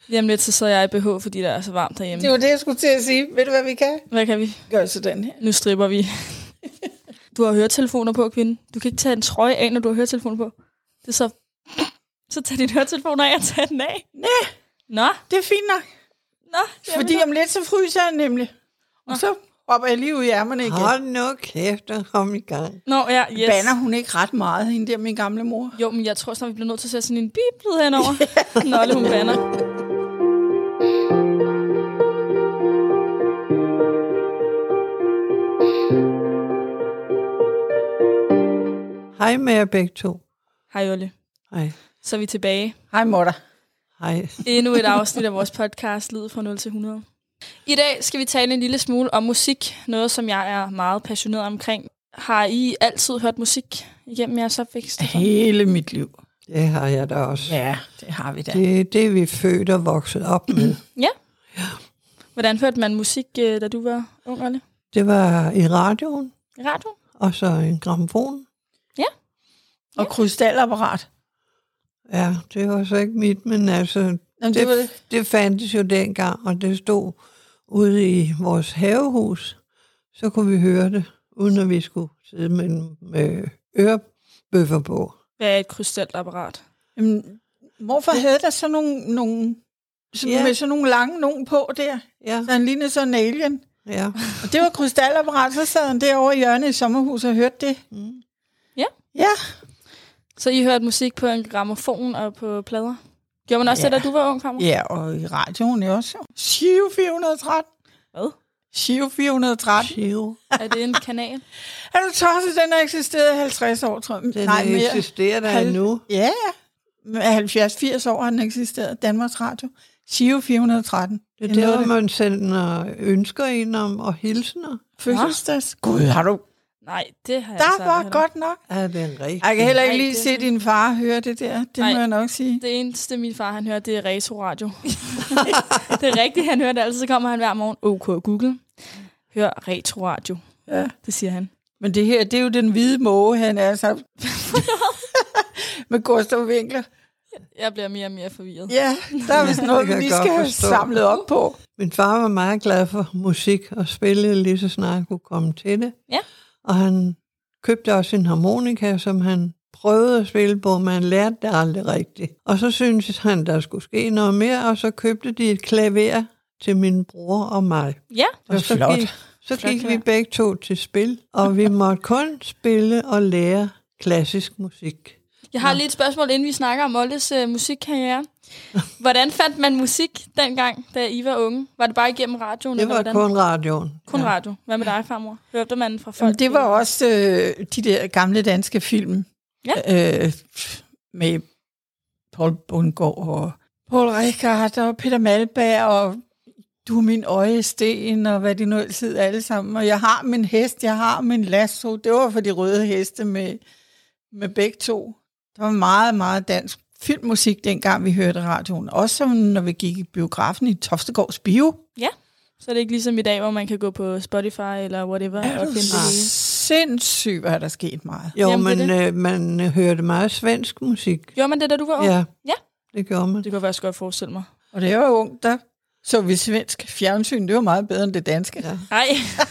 Jamen lidt, så sidder jeg i BH, fordi der er så varmt derhjemme. Det var det, jeg skulle til at sige. Ved du, hvad vi kan? Hvad kan vi? Gør sådan her. Nu stripper vi. Du har høretelefoner på, kvinde. Du kan ikke tage en trøje af, når du har høretelefoner på. Det er så tag din høretelefoner af og tag den af. Nej, Nå, det er fint nok. Fordi om lidt, så fryser jeg nemlig. Og så hopper jeg lige ud i ærmerne igen. Hold nu kæft og kom i gang. Nå, ja, yes. Banner hun ikke ret meget, hende der, min gamle mor? Jo, men jeg tror snart, vi bliver nødt til at sætte sådan en bip-lyd henover. Nolle, hun banner. Hej med jer begge to. Hej, Olle. Hej. Så er vi tilbage. Hej, Motter. Hej. Endnu et afsnit af vores podcast, Lyd fra 0 til 100. I dag skal vi tale en lille smule om musik. Noget, som jeg er meget passioneret omkring. Har I altid hørt musik igennem jeres opvækst? Hele mit liv. Det har jeg da også. Ja, det har vi da. Det er vi født og vokset op med. Ja. Hvordan hørte man musik, da du var ung, Olle? Det var i radioen, I radioen? og så en grammofon. Og krystalapparat. Ja, det var så ikke mit, men altså, Jamen, det var det. det fandtes jo dengang, og det stod ude i vores havehus. Så kunne vi høre det, uden at vi skulle sidde med ørebøffer på. Hvad er et krystalapparat? Jamen, hvorfor havde der så nogle Ja. med sådan nogle lange nogen på der? Ja, Så han lignede sådan en alien. ja. Og det var krystalapparat, så sad han derovre i hjørnet i sommerhuset og hørte det. Mm. Ja. Så I hørte musik på en grammofon og på plader? Gjorde man også det, da du var ung, farmor? Ja, og i radioen også. Shio 413. Hvad? Shio 413. Shio. Er det en kanal? Er du tosset, den har eksisteret i 50 år, tror jeg. Den eksisterer der endnu. Ja. Med 70-80 år har den eksisteret. Danmarks Radio. Shio 413. Det er der, hvor man sender ønsker ind om og hilsener. Fødselsdags. Gud, har du... Nej, det har jeg Der altså var aldrig godt nok. Ja, det er rigtigt. Jeg kan heller ikke Nej, lige det er se sådan- din far høre det der. Det Nej. må jeg nok sige. Det eneste, min far han hører, det er Retro-radio. Det er rigtigt, han hører det altid. Så kommer han hver morgen. OK, Google. Hør Retro-radio. Ja. Det siger han. Men det her, det er jo den hvide måge, han er så... med Gustav Winkler. Jeg bliver mere og mere forvirret. Ja, der er vist noget, Det kan vi jeg godt skal have forstå. samlet op på. Min far var meget glad for musik og spillede lige så snart han kunne komme til det. Ja. Og han købte også en harmonika, som han prøvede at spille på, men han lærte det aldrig rigtigt. Og så syntes han, der skulle ske noget mere, og så købte de et klaver til min bror og mig. Ja, Og så flot. så Flot gik vi klaver. begge to til spil, og vi måtte kun spille og lære klassisk musik. jeg har lige et spørgsmål, inden vi snakker om Olles musikkarriere. Hvordan fandt man musik dengang, da I var unge? Var det bare igennem radioen? Det eller var hvordan? kun radioen. Kun radio. Hvad med dig, farmor? Hørte man fra folk? Jamen, det var også de der gamle danske film. Ja. Med Paul Bundgaard og Paul Rickard og Peter Malberg og Du er min øjesten og hvad de nu altid alle sammen. Og jeg har min hest, jeg har min lasso. Det var for de røde heste med begge to. Der var meget, meget dansk filmmusik, dengang vi hørte radioen. Også når vi gik i biografen i Toftegårds Bio. Ja. Så er det ikke ligesom i dag, hvor man kan gå på Spotify eller whatever og finde det hele. Sindssygt, hvad der sket meget. Jo, Jamen, det er men man hørte meget svensk musik. Gjorde man det, da du var ung? Ja, Ja. det gjorde man. Det kunne jeg faktisk godt forestille mig. Og da jeg var ung, der så vi svensk fjernsyn. Det var meget bedre end det danske. Ja. Nej.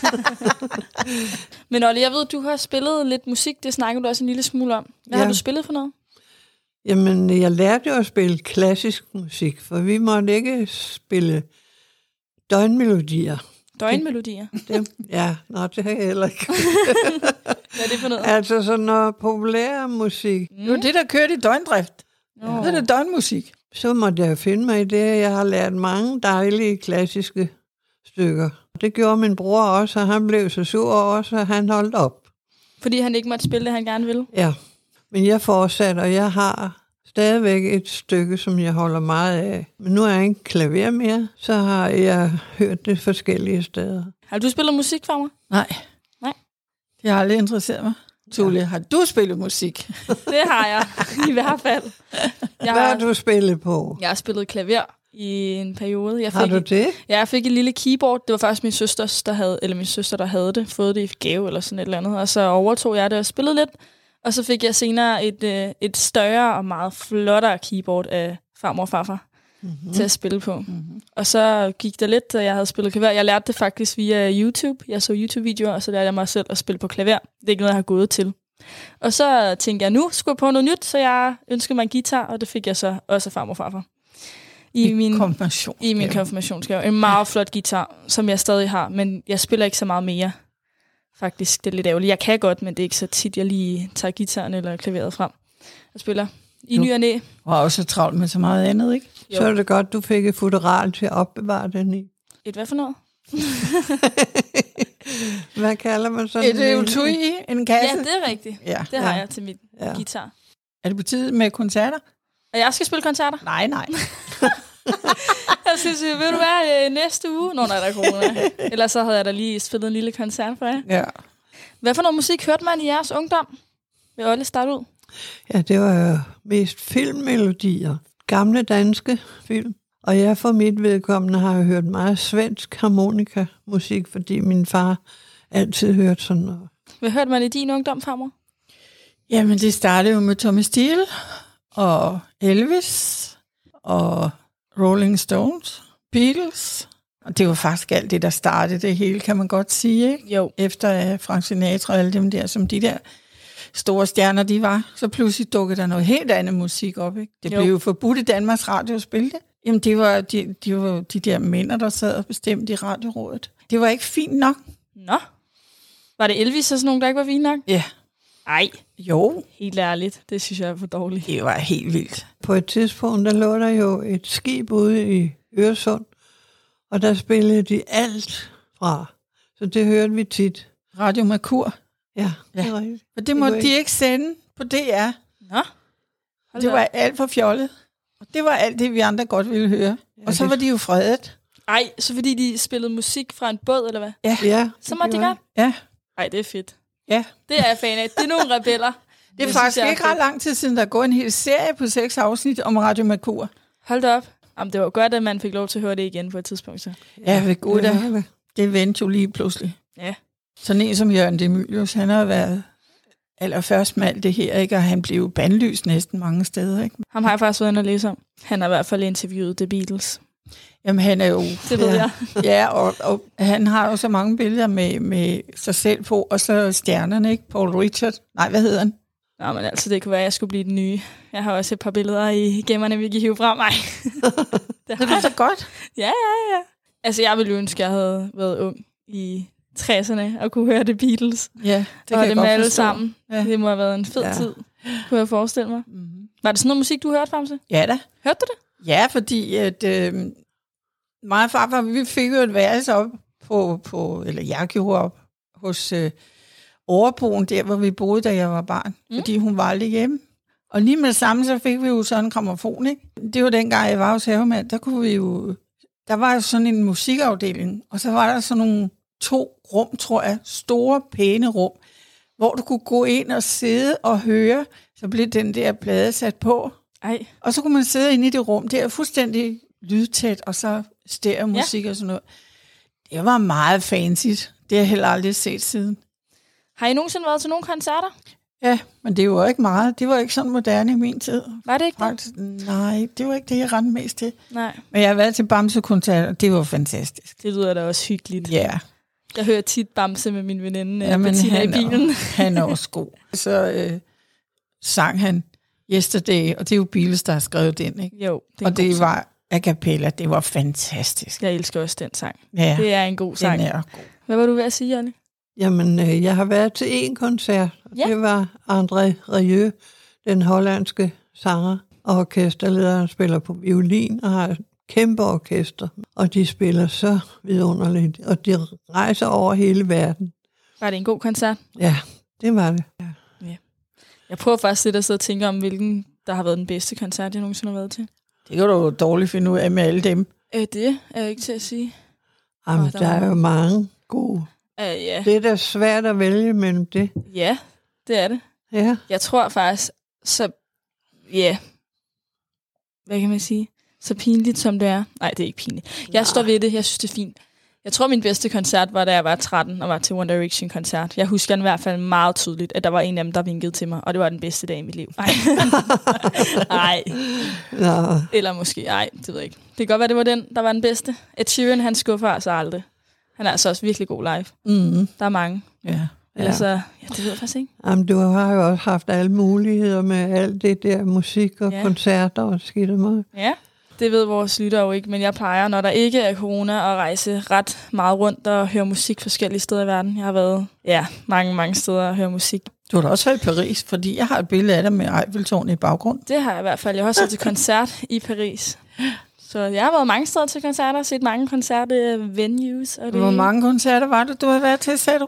Men Olle, jeg ved, du har spillet lidt musik. Det snakker du også en lille smule om. Hvad har Ja. du spillet for noget? Jamen, jeg lærte jo at spille klassisk musik, for vi måtte ikke spille døgnmelodier. Døgnmelodier. Det har jeg heller ikke. Hvad er det for noget? Altså sådan noget populær musik. Det var det, der kørte i døgndrift. Nå. Det er det døgnmusik. Så måtte jeg finde mig i det, jeg har lært mange dejlige klassiske stykker. Det gjorde min bror også, og han blev så sur også, at han holdt op. Fordi han ikke måtte spille det, han gerne ville. Ja, men jeg fortsatte, og jeg har stadigvæk et stykke, som jeg holder meget af. Men nu er jeg ikke klaver mere, så har jeg hørt det forskellige steder. Har du spillet musik, farmor? Nej. Nej. Det har aldrig interesseret mig. Tulle, har du spillet musik? Det har jeg, i hvert fald. Hvad har du spillet på? Jeg har spillet klaver i en periode. Har du det? Ja, jeg fik et lille keyboard. Det var faktisk min søster, der havde det. Fået det i gave eller sådan et eller andet. Og så overtog jeg det og spillede lidt. Og så fik jeg senere et større og meget flottere keyboard af farmor og farfar. til at spille på. Og så gik der lidt, da jeg havde spillet klaver. Jeg lærte det faktisk via YouTube. Jeg så YouTube-videoer, og så lærte jeg mig selv at spille på klaver. Det er ikke noget, jeg har gået til. Og så tænkte jeg, nu skulle jeg på noget nyt, så jeg ønskede mig en guitar, og det fik jeg så også af farmor og farfar. I min konfirmationsgave. En meget flot guitar, som jeg stadig har, men jeg spiller ikke så meget mere. Faktisk, det er lidt ærgerligt. Jeg kan godt, men det er ikke så tit, jeg lige tager guitaren eller klaveret frem og spiller i ny og næ. Og også travlt med så meget andet, ikke? Jo. Så er det godt, du fik et futteral til at opbevare den i. Et hvad for noget? Hvad kalder man sådan et etui, en kasse? Ja, det er rigtigt. Ja. Det har jeg til mit guitar. Er det på tide med koncerter? Og jeg skal spille koncerter? Nej. Jeg synes, vil du være næste uge? Nå, nej, der er corona. Ellers så havde jeg da lige spillet en lille koncert for jer. Ja. Hvad for noget musik hørte man i jeres ungdom? Vil Olle starte ud? Ja, det var mest filmmelodier. Gamle danske film. Og jeg for mit vedkommende har hørt meget svensk harmonikamusik, fordi min far altid hørte sådan noget. Hvad hørte man i din ungdom, farmor? Jamen, det startede jo med Tommy Steele og Elvis og Rolling Stones, Beatles. Og det var faktisk alt det, der startede det hele, kan man godt sige, ikke? Jo. Efter Frank Sinatra og alle dem der, som de der store stjerner, de var. Så pludselig dukkede der noget helt andet musik op, ikke? Det blev jo forbudt i Danmarks Radio at spille det. Jamen, det var de der mænd, der sad og bestemte i radiorådet. Det var ikke fint nok. Nå. Var det Elvis og sådan nogen, der ikke var fint nok? Ja. Ej. Jo. Helt ærligt. Det synes jeg er for dårligt. Det var helt vildt. På et tidspunkt, der lå der jo et skib ude i Øresund, og der spillede de alt fra. Så det hørte vi tit. Radio Mercur. Ja, det er rigtigt. For det måtte de ikke sende på DR. Nå. Det var alt for fjollet. Og det var alt det, vi andre godt ville høre. Og så var de jo fredet. Ej, så fordi de spillede musik fra en båd, eller hvad? Ja. Så måtte de godt? Ja. Ej, det er fedt. Ja. Det er jeg fan af. Det er nogle rebeller. Det er faktisk ikke ret lang tid siden, der går en hel serie på 6 afsnit om Radio Mercur. Hold da op. Jamen, det var godt, at man fik lov til at høre det igen på et tidspunkt. Så. Ja, ved Gud da. Det vendte jo lige pludselig. Ja. Sådan en som Jørgen Demilius, han har været allerførst med alt det her, ikke? Og han blev bandlyst næsten mange steder, ikke? Ham har jeg faktisk været inde og læse om. Han har i hvert fald interviewet The Beatles. Jamen, han er jo... Det ved jeg. Ja, og han har jo så mange billeder med sig selv på, og så stjernerne, ikke? Paul Richard. Nej, hvad hedder han? Nå, men altså, det kunne være, at jeg skulle blive den nye. Jeg har også et par billeder i gemmerne, vi kan hive frem. Nej. Det er så godt. Ja. Altså, jeg ville ønske, at jeg havde været ung i 60'erne og kunne høre The Beatles. Ja, det kan jeg godt alle sammen. Ja. Det må have været en fed tid, kunne jeg forestille mig. Mm-hmm. Var det sådan noget musik, du hørte, Famse? Ja da. Hørte du det? Ja, fordi at mig og farfar, vi fik jo et værelse op eller jeg gjorde op hos overboen, der hvor vi boede, da jeg var barn. Fordi hun var aldrig hjemme. Og lige med det samme, så fik vi jo sådan en grammofon, ikke? Det var dengang, jeg var hos Havemand, der var jo sådan en musikafdeling, og så var der sådan nogle 2 rum, tror jeg, store, pæne rum, hvor du kunne gå ind og sidde og høre, så blev den der plade sat på. Ej. Og så kunne man sidde inde i det rum, det er fuldstændig lydtæt, og så stereomusik og sådan noget. Det var meget fancy. Det har jeg heller aldrig set siden. Har I nogensinde været til nogle koncerter? Ja, men det var ikke meget. Det var ikke sådan moderne i min tid. Var det ikke det? Nej, det var ikke det, jeg rendte mest til. Nej. Men jeg har været til Bamse-koncerter, det var fantastisk. Det lyder da også hyggeligt. Ja. Jeg hører tit Bamse med min veninde Bettina i bilen. Han er også god. Så sang han Yesterday, og det er jo Beatles, der har skrevet den, ikke? Jo. Det var a cappella, det var fantastisk. Jeg elsker også den sang. Ja, det er en god sang. Den er god. Hvad var du ved at sige, Jonny? Jamen, jeg har været til en koncert, og det var André Rieu, den hollandske sanger, og orkesterlederen spiller på violin og har et kæmpe orkester, og de spiller så vidunderligt, og de rejser over hele verden. Var det en god koncert? Ja, det var det. Ja. Jeg prøver faktisk lidt at sidde og tænke om, hvilken der har været den bedste koncert, jeg nogensinde har været til. Det kan du jo dårligt finde ud af med alle dem. Det er jeg ikke til at sige. Jamen, der er jo mange gode. Ja. Det er da svært at vælge mellem det. Ja, det er det. Ja. Jeg tror faktisk, så... Ja. Hvad kan man sige? Så pinligt som det er. Nej, det er ikke pinligt. Jeg står ved det. Jeg synes, det er fint. Jeg tror, min bedste koncert var, da jeg var 13 og var til One Direction-koncert. Jeg husker i hvert fald meget tydeligt, at der var en af dem, der vinkede til mig, og det var den bedste dag i mit liv. Nej. Nå. Eller måske, det ved jeg ikke. Det kan godt være, det var den, der var den bedste. Ed Sheeran, han skuffer altså aldrig. Han er altså også virkelig god live. Mm. Der er mange. Ja. Ellers, det ved jeg faktisk ikke. Jamen, du har jo også haft alle muligheder med alt det der musik og koncerter og skidt og meget. Ja, det ved vores lyttere jo ikke, men jeg plejer, når der ikke er corona, at rejse ret meget rundt og høre musik forskellige steder i verden. Jeg har været mange steder og høre musik. Du har da også været i Paris, fordi jeg har et billede af dig med Eiffeltårnet i baggrund. Det har jeg i hvert fald. Jeg har også været til koncert i Paris. Så jeg har været mange steder til koncerter, set mange koncertvenues. Hvor mange koncerter var det, du har været til, sagde du?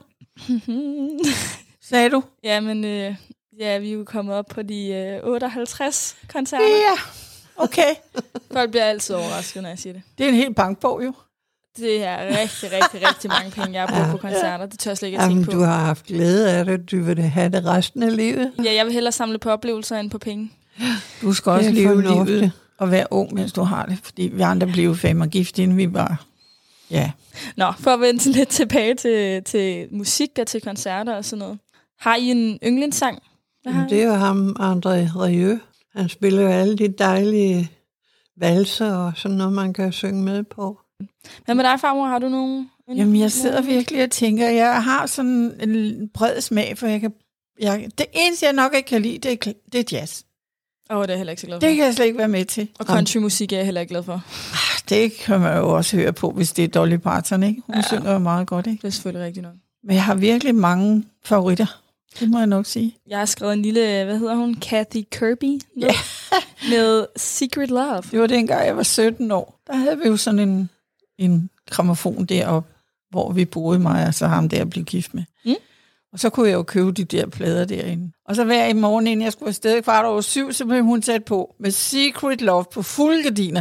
Sagde du? Jamen, vi er jo kommet op på de 58 koncerter. Ja, okay. Folk bliver altid overrasket, når jeg siger det. Det er en helt bankbog, jo. Det er rigtig mange penge, jeg har brugt på koncerter. Det tør jeg slet ikke at tænke på. Du har haft glæde af det. Du vil have det resten af livet. Ja, jeg vil hellere samle på oplevelser end på penge. Du skal også leve livet og være ung, mens du har det. Fordi vi andre blev fem og gift, inden vi var... Ja. Nå, for at vende lidt tilbage til musik og til koncerter og sådan noget. Har I en yndlingssang? Det er jo ham, André Rieu. Han spiller jo alle de dejlige valser og sådan noget, man kan synge med på. Hvad med dig, farmor? Har du nogen? Jamen, jeg sidder virkelig og tænker, jeg har sådan en bred smag, for det eneste, jeg nok ikke kan lide, det er jazz. Det er jeg heller ikke så glad for. Det kan jeg slet ikke være med til. Og countrymusik er jeg heller ikke glad for. Det kan man jo også høre på, hvis det er Dolly Parton, ikke? Hun synger jo meget godt, ikke? Det er selvfølgelig rigtigt nok. Men jeg har virkelig mange favoritter. Det må jeg nok sige. Jeg har skrevet en lille, hvad hedder hun? Kathy Kirby? Ja. Med Secret Love. Det var dengang, jeg var 17 år. Der havde vi jo sådan en gramofon deroppe, hvor vi boede mig, og så ham der blev gift med. Mm. Og så kunne jeg jo købe de der plader derinde. Og så hver i morgen, inden jeg skulle afsted 7:15, så blev hun sat på med Secret Love på fulde gardiner.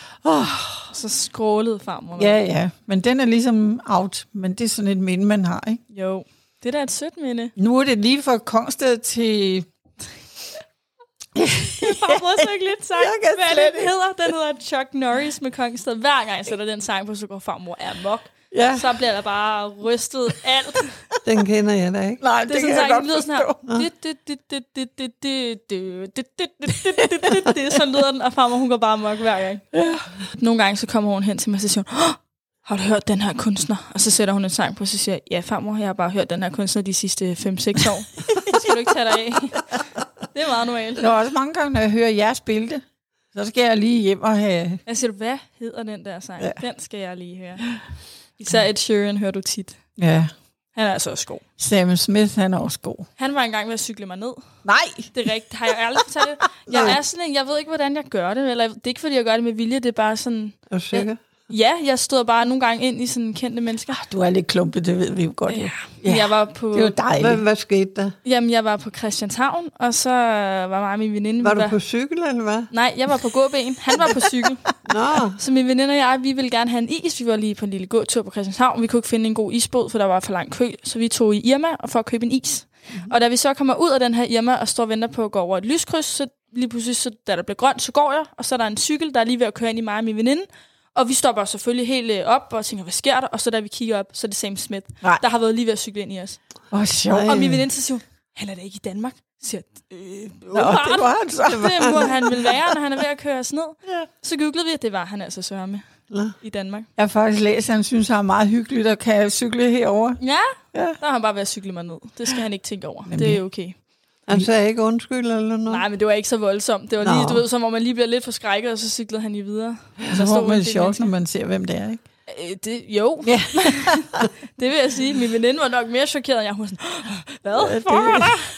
Så skrålede farmor. Ja, men den er ligesom out. Men det er sådan et minde, man har, ikke? Jo, det er da et sødt minde. Nu er det lige fra Kongsted til... Farmor så ikke lidt sang. Hvad den hedder? Den hedder Chuck Norris med Kongsted. Hver gang jeg sætter den sang på, så går farmor amok. Ja. Så bliver der bare rystet alt. Den kender jeg da ikke. Nej, det kan jeg godt forstå. Sådan lyder den, og farmor, hun går bare amok hver gang. Ja. Nogle gange så kommer hun hen til mig og siger, har du hørt den her kunstner? Og så sætter hun en sang på, og så siger jeg, ja farmor, jeg har bare hørt den her kunstner de sidste 5-6 år. Det skal du ikke tage dig af. Det er meget normalt. Der er også mange gange, når jeg hører jer spille det, så skal jeg lige hjem og have... Jeg siger, hvad hedder den der sang? Ja. Den skal jeg lige høre. Især Ed Sheeran hører du tit. Ja. Han er altså også god. Sam Smith, han er også god. Han var engang ved at cykle mig ned. Nej! Det er rigtigt. Har jeg aldrig fortalt det? Jeg er sådan en, jeg ved ikke, hvordan jeg gør det. Eller, det er ikke, fordi jeg gør det med vilje. Det er bare sådan... Er du sikker? Ja, jeg stod bare nogle gange ind i sådan kendte mennesker. Du er lidt klumpet, det ved vi jo godt. Ja. Jeg var på... Det var dejligt. Hvad skete der? Jamen, jeg var på Christianshavn, og så var mig og min veninde... Var du på cykel, eller hvad? Nej, jeg var på gåben. Han var på cykel. Nå. Så min veninde og jeg, vi ville gerne have en is. Vi var lige på en lille gåtur på Christianshavn. Vi kunne ikke finde en god isbåd, for der var for lang kø. Så vi tog i Irma og for at købe en is. Mm-hmm. Og da vi så kommer ud af den her Irma og står og venter på at gå over et lyskryds, så lige pludselig, så, da der bliver grønt, så går jeg. Og så er der en cykel, der er lige ved at køre ind i mig og min veninde. Og vi stopper selvfølgelig helt op og tænker, hvad sker der? Og så da vi kigger op, så er det Sam Smith, der har været lige ved at cykle ind i os. Sjovt. Og min veninde så siger, han er da ikke i Danmark. Så siger det var han så. Det må han vil være, når han er ved at køre os ned. Ja. Så googlede vi, at det var han altså sørger med i Danmark. Jeg har faktisk læst, at han synes, han er meget hyggeligt at kan cykle herover. Ja, der har han bare ved at cykle mig ned. Det skal han ikke tænke over. Jamen. Det er okay. Han sagde ikke undskyld eller noget? Nej, men det var ikke så voldsomt. Det var lige, du ved, som om man lige bliver lidt forskrækket, og så cyklede han i videre. Og så får man det sjovt, når man ser, hvem det er, ikke? Jo. Ja. Det vil jeg sige. Min veninde var nok mere chokeret, end jeg. Hun var sådan, hvad foregår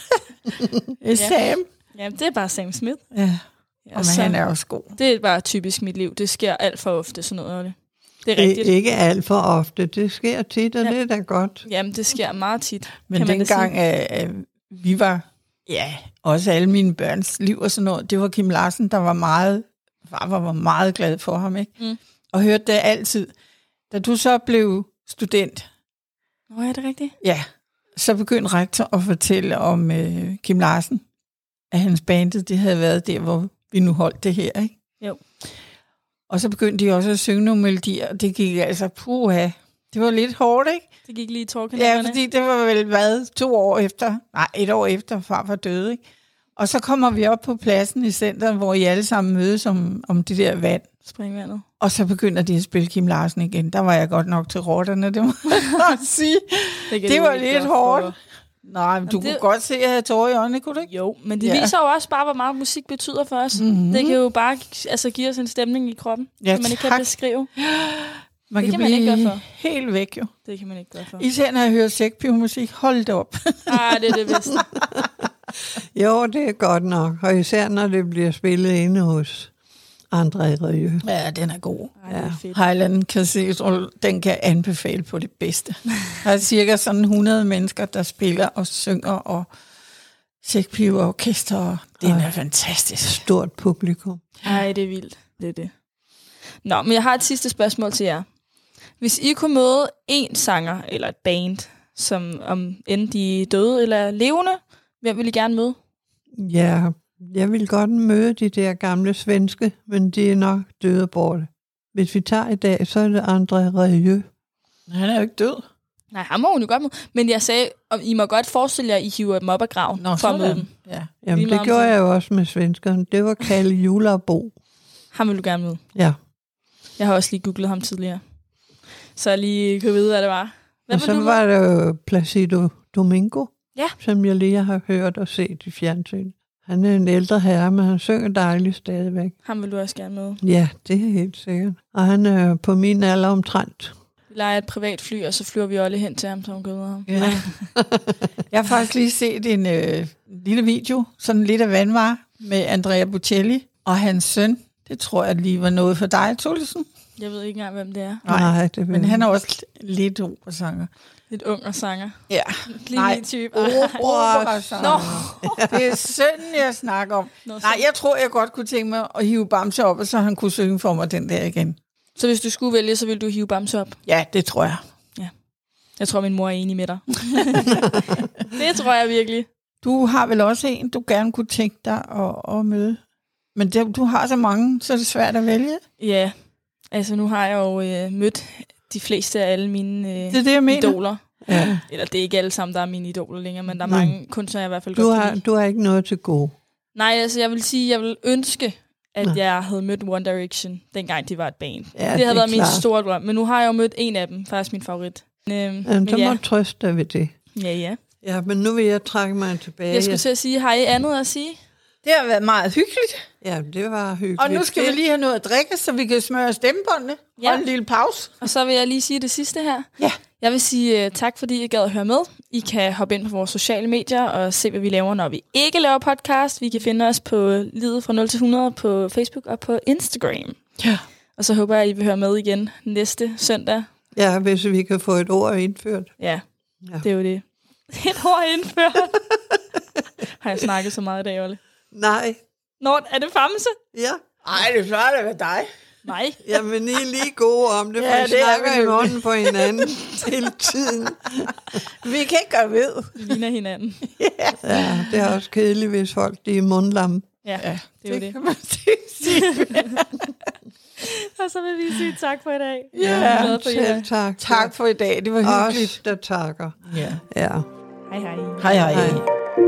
der? Det er Sam. Ja, det er bare Sam Smith. Ja. Og han er også god. Det er bare typisk mit liv. Det sker alt for ofte, sådan noget af det. Det er rigtigt. Ikke alt for ofte. Det sker tit, og det er da godt. Jamen, det sker meget tit. Men dengang vi var... Ja, også alle mine børns liv og sådan noget. Det var Kim Larsen, der var meget glad for ham, ikke? Mm. Og hørte det altid. Da du så blev student... Er det rigtigt? Ja, så begyndte rektor at fortælle om Kim Larsen, at hans bandet, det havde været der, hvor vi nu holdt det her, ikke? Jo. Og så begyndte de også at synge nogle melodier, og det gik altså, Det var lidt hårdt, ikke? Det gik lige i Ja, tårkanalerne. fordi det var vel 1 år efter farfar døde, ikke? Og så kommer vi op på pladsen i centret, hvor I alle sammen mødes om det der vand. Springvandet. Og så begynder de at spille Kim Larsen igen. Der var jeg godt nok til rotterne, det må jeg sige. Det var lidt hårdt. Nej, men du kunne godt se, at jeg havde tårer i øjnene, kunne du ikke? Jo, men det viser jo også bare, hvor meget musik betyder for os. Mm-hmm. Det kan jo bare give os en stemning i kroppen, som man ikke kan beskrive. Man kan ikke gøre for. Helt væk, jo. Det kan man ikke gøre for. Især når jeg hører sækpivmusik, hold det op. Det er det bedste. Jo, det er godt nok. Og især når det bliver spillet inde hos André Rieu. Ja, den er god. Ja. Highland Cathedral, den kan anbefale på det bedste. Der er cirka sådan 100 mennesker, der spiller og synger, og sækpive og orkester, og den er fantastisk. Stort publikum. Ej, det er vildt. Det er det. Nå, men jeg har et sidste spørgsmål til jer. Hvis I kunne møde en sanger eller et band, som om end de er døde eller levende, hvem vil I gerne møde? Ja, jeg vil godt møde de der gamle svenske, men de er nok døde borte. Hvis vi tager i dag, så er det André Rieu. Han er jo ikke død. Nej, ham må hun jo godt møde. Men jeg sagde, om I må godt forestille jer, at I hiver dem op af graven for at møde dem. Ja. Jamen, det gjorde jeg jo også med svenskerne. Det var Kalle Julerbo. Ham vil du gerne møde? Ja. Jeg har også lige googlet ham tidligere. Så jeg lige kunne vide, hvad det var. Og så var det jo Placido Domingo, ja, som jeg lige har hørt og set i fjernsyn. Han er en ældre herre, men han synger dejligt stadigvæk. Ham vil du også gerne møde? Ja, det er helt sikkert. Og han er på min alder omtrent. Vi leger et privat fly, og så flyver vi alle hen til ham, så hun går med ham. Ja. Jeg har faktisk lige set en lille video, sådan lidt af vandvar, med Andrea Bocelli og hans søn. Det tror jeg lige var noget for dig, Thulesen. Jeg ved ikke engang, hvem det er. Nej, det men han er også lidt operasanger. Lidt ung og sanger. Ja. Nej, type. Operasanger. Det er sønnen, jeg snakker om. Nej, jeg tror, jeg godt kunne tænke mig at hive Bamse op, og så han kunne synge for mig den der igen. Så hvis du skulle vælge, så ville du hive Bamse op? Ja, det tror jeg. Ja. Jeg tror, min mor er enig med dig. Det tror jeg virkelig. Du har vel også en, du gerne kunne tænke dig at møde. Men du har så mange, så er det svært at vælge. Ja, altså nu har jeg jo mødt de fleste af alle mine det jeg idoler. Ja. Eller det er ikke alle sammen, der er mine idoler længere, men der er mange kunstnere, jeg i hvert fald godt kan lide. Du har ikke noget til gode? Nej, altså jeg vil sige, jeg vil ønske, at jeg havde mødt One Direction, dengang de var et band. Ja, det havde været min store drøm, men nu har jeg jo mødt en af dem, faktisk min favorit. Så må trøste dig ved det. Ja. Ja, men nu vil jeg trække mig tilbage. Jeg skulle til at sige, har I andet at sige? Det har været meget hyggeligt. Ja, det var hyggeligt. Og nu skal vi lige have noget at drikke, så vi kan smøre stemmebåndene. Ja. Og en lille pause. Og så vil jeg lige sige det sidste her. Ja. Jeg vil sige tak, fordi I gad at høre med. I kan hoppe ind på vores sociale medier og se, hvad vi laver, når vi ikke laver podcast. Vi kan finde os på Livet fra 0 til 100 på Facebook og på Instagram. Ja. Og så håber jeg, at I vil høre med igen næste søndag. Ja, hvis vi kan få et ord indført. Ja. Det er jo det. Et ord indført. Har jeg snakket så meget i dag, Olle? Nej. Nå, er det Famse? Ja. Ej, det plejer at være dig. Nej. Jamen, I er lige gode om det, for I snakker i munden på hinanden hele tiden. Vi kan ikke gøre ved. Vi ligner hinanden. Ja, det er også kedeligt, hvis folk de er mundlamme. Ja, det er jo det. Kan man sige. Og så vil vi sige tak for i dag. Ja, selv tak. Tak for i dag, det var hyggeligt. Os, der takker. Ja. Ja. Hej hej. Hej hej.